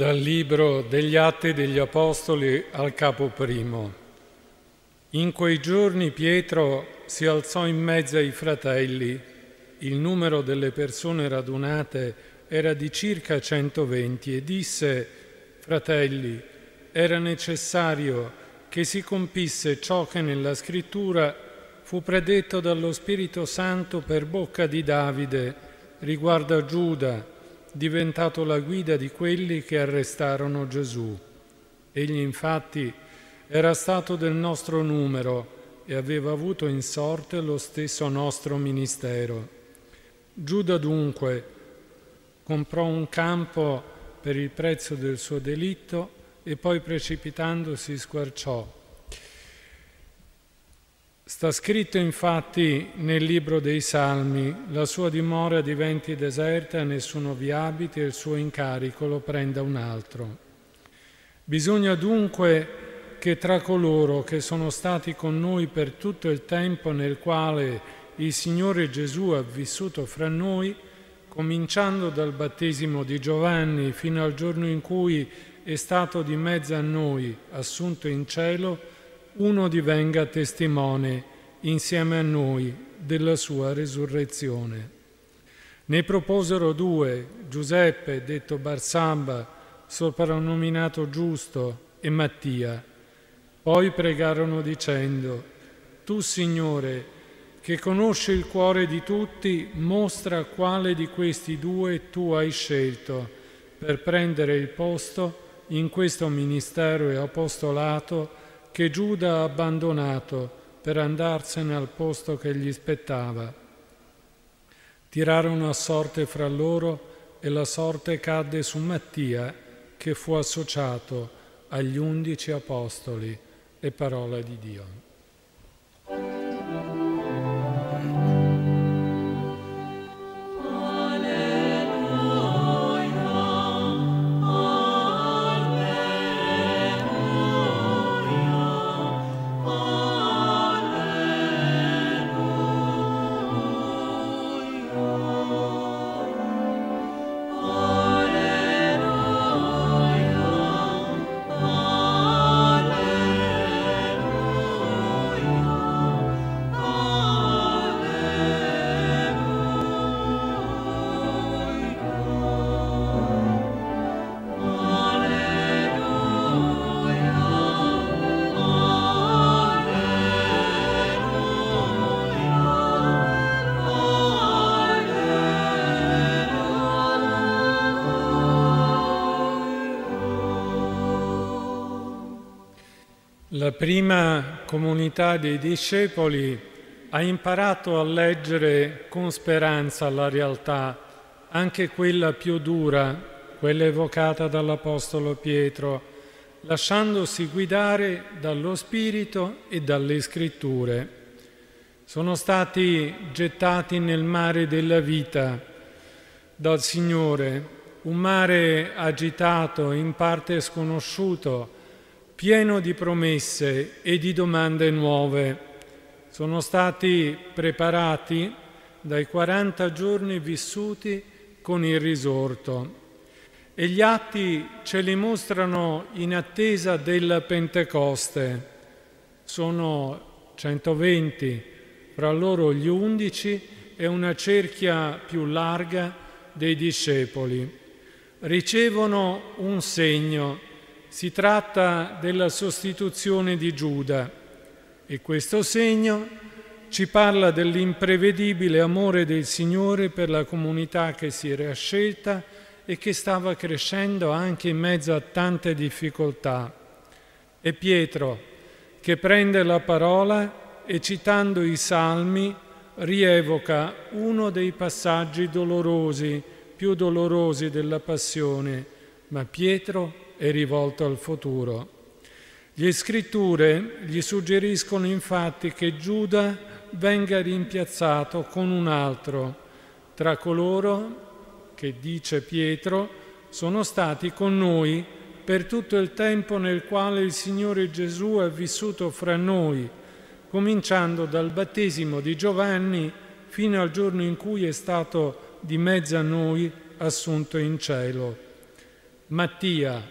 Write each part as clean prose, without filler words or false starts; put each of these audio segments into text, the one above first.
Dal Libro degli Atti degli Apostoli al capo primo. In quei giorni Pietro si alzò in mezzo ai fratelli. Il numero delle persone radunate era di circa 120 e disse: «Fratelli, era necessario che si compisse ciò che nella Scrittura fu predetto dallo Spirito Santo per bocca di Davide riguardo a Giuda, diventato la guida di quelli che arrestarono Gesù. Egli infatti era stato del nostro numero e aveva avuto in sorte lo stesso nostro ministero. Giuda dunque comprò un campo per il prezzo del suo delitto e poi precipitandosi squarciò. Sta scritto infatti nel libro dei Salmi: la sua dimora diventi deserta, nessuno vi abiti e il suo incarico lo prenda un altro. Bisogna dunque che tra coloro che sono stati con noi per tutto il tempo nel quale il Signore Gesù ha vissuto fra noi, cominciando dal battesimo di Giovanni fino al giorno in cui è stato di mezzo a noi assunto in cielo, uno divenga testimone insieme a noi della sua resurrezione. Ne proposero due, Giuseppe, detto Barsabba, soprannominato Giusto, e Mattia. Poi pregarono dicendo: Tu, Signore, che conosci il cuore di tutti, mostra quale di questi due tu hai scelto per prendere il posto in questo ministero e apostolato che Giuda ha abbandonato per andarsene al posto che gli spettava. Tirarono a sorte fra loro e la sorte cadde su Mattia, che fu associato agli 11 apostoli. E parola di Dio. La prima comunità dei discepoli ha imparato a leggere con speranza la realtà, anche quella più dura, quella evocata dall'Apostolo Pietro, lasciandosi guidare dallo Spirito e dalle Scritture. Sono stati gettati nel mare della vita dal Signore, un mare agitato, in parte sconosciuto, pieno di promesse e di domande nuove. Sono stati preparati dai 40 giorni vissuti con il risorto e gli atti ce li mostrano in attesa della Pentecoste. Sono 120, fra loro gli 11 e una cerchia più larga dei discepoli. Ricevono un segno. Si tratta della sostituzione di Giuda e questo segno ci parla dell'imprevedibile amore del Signore per la comunità che si era scelta e che stava crescendo anche in mezzo a tante difficoltà. È Pietro che prende la parola e, citando i Salmi, rievoca uno dei passaggi dolorosi, più dolorosi della Passione, ma Pietro è rivolto al futuro. Le Scritture gli suggeriscono infatti che Giuda venga rimpiazzato con un altro tra coloro che, dice Pietro, sono stati con noi per tutto il tempo nel quale il Signore Gesù è vissuto fra noi, cominciando dal battesimo di Giovanni fino al giorno in cui è stato di mezzo a noi assunto in cielo. Mattia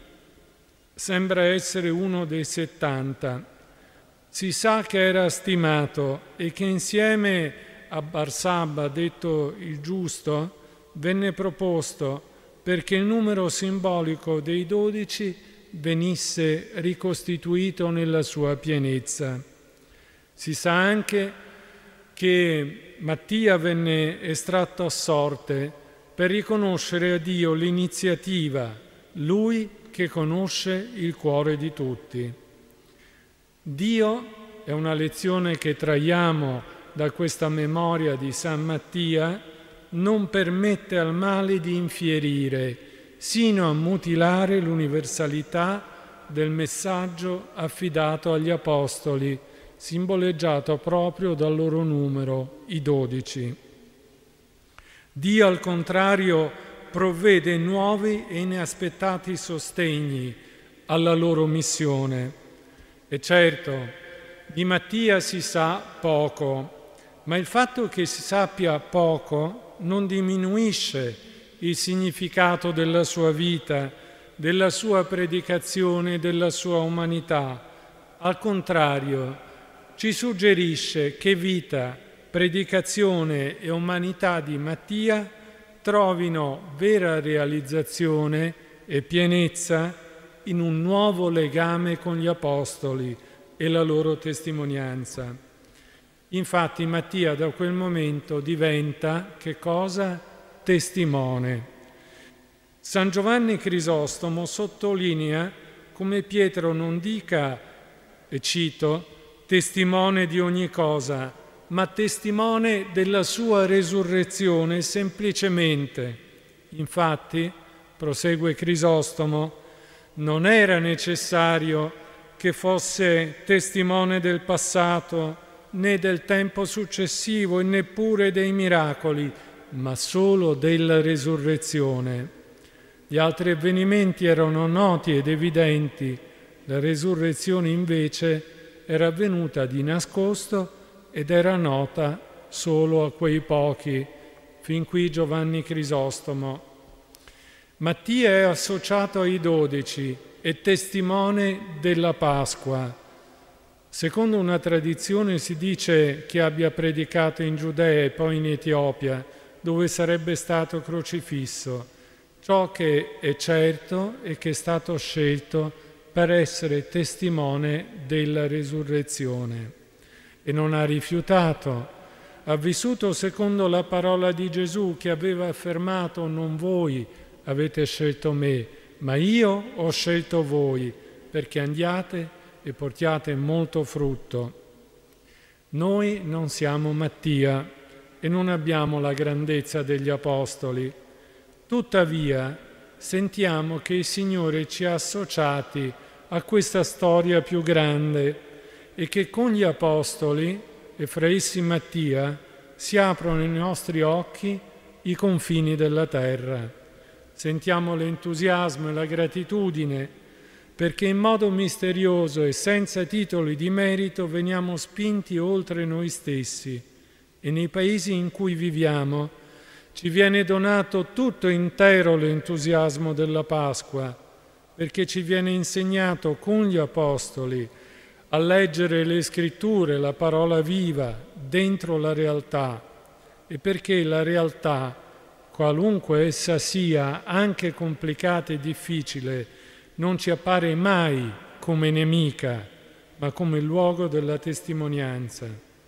sembra essere uno dei 70. Si sa che era stimato e che insieme a Barsabba, detto il giusto, venne proposto perché il numero simbolico dei 12 venisse ricostituito nella sua pienezza. Si sa anche che Mattia venne estratto a sorte per riconoscere a Dio l'iniziativa, lui che conosce il cuore di tutti. Dio, è una lezione che traiamo da questa memoria di San Mattia, non permette al male di infierire, sino a mutilare l'universalità del messaggio affidato agli Apostoli, simboleggiato proprio dal loro numero, i 12. Dio, al contrario, provvede nuovi e inaspettati sostegni alla loro missione. E certo, di Mattia si sa poco, ma il fatto che si sappia poco non diminuisce il significato della sua vita, della sua predicazione e della sua umanità. Al contrario, ci suggerisce che vita, predicazione e umanità di Mattia trovino vera realizzazione e pienezza in un nuovo legame con gli Apostoli e la loro testimonianza. Infatti Mattia da quel momento diventa, che cosa? Testimone. San Giovanni Crisostomo sottolinea come Pietro non dica, e cito, testimone di ogni cosa, ma testimone della sua resurrezione semplicemente. Infatti, prosegue Crisostomo, non era necessario che fosse testimone del passato, né del tempo successivo e neppure dei miracoli, ma solo della resurrezione. Gli altri avvenimenti erano noti ed evidenti, la resurrezione invece era avvenuta di nascosto ed era nota solo a quei pochi. Fin qui Giovanni Crisostomo. Mattia è associato ai 12 e testimone della Pasqua. Secondo una tradizione si dice che abbia predicato in Giudea e poi in Etiopia, dove sarebbe stato crocifisso. Ciò che è certo è che è stato scelto per essere testimone della resurrezione e non ha rifiutato. Ha vissuto secondo la parola di Gesù che aveva affermato: non voi avete scelto me, ma io ho scelto voi, perché andiate e portiate molto frutto. Noi non siamo Mattia e non abbiamo la grandezza degli Apostoli. Tuttavia, sentiamo che il Signore ci ha associati a questa storia più grande e che con gli Apostoli, e fra essi Mattia, si aprono ai nostri occhi i confini della terra. Sentiamo l'entusiasmo e la gratitudine perché in modo misterioso e senza titoli di merito veniamo spinti oltre noi stessi e nei paesi in cui viviamo ci viene donato tutto intero l'entusiasmo della Pasqua, perché ci viene insegnato con gli Apostoli a leggere le Scritture, la parola viva, dentro la realtà, e perché la realtà, qualunque essa sia, anche complicata e difficile, non ci appare mai come nemica, ma come luogo della testimonianza.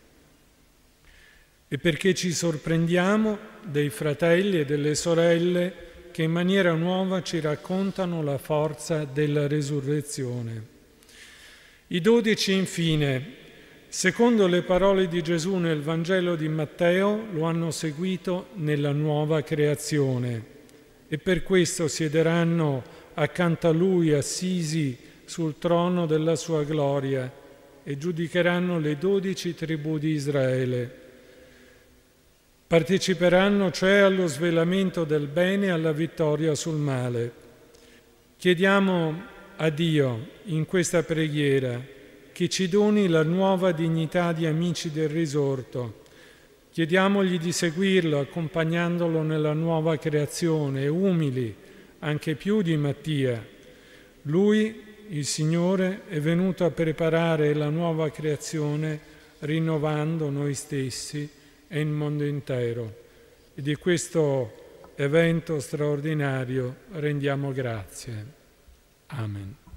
E perché ci sorprendiamo dei fratelli e delle sorelle che in maniera nuova ci raccontano la forza della resurrezione. I 12, infine, secondo le parole di Gesù nel Vangelo di Matteo, lo hanno seguito nella nuova creazione e per questo siederanno accanto a Lui, assisi sul trono della sua gloria, e giudicheranno le 12 tribù di Israele. Parteciperanno cioè allo svelamento del bene e alla vittoria sul male. Chiediamo a Dio in questa preghiera che ci doni la nuova dignità di amici del risorto. Chiediamogli di seguirlo accompagnandolo nella nuova creazione, umili, anche più di Mattia. Lui, il Signore, è venuto a preparare la nuova creazione, rinnovando noi stessi e il mondo intero. E di questo evento straordinario rendiamo grazie. Amen.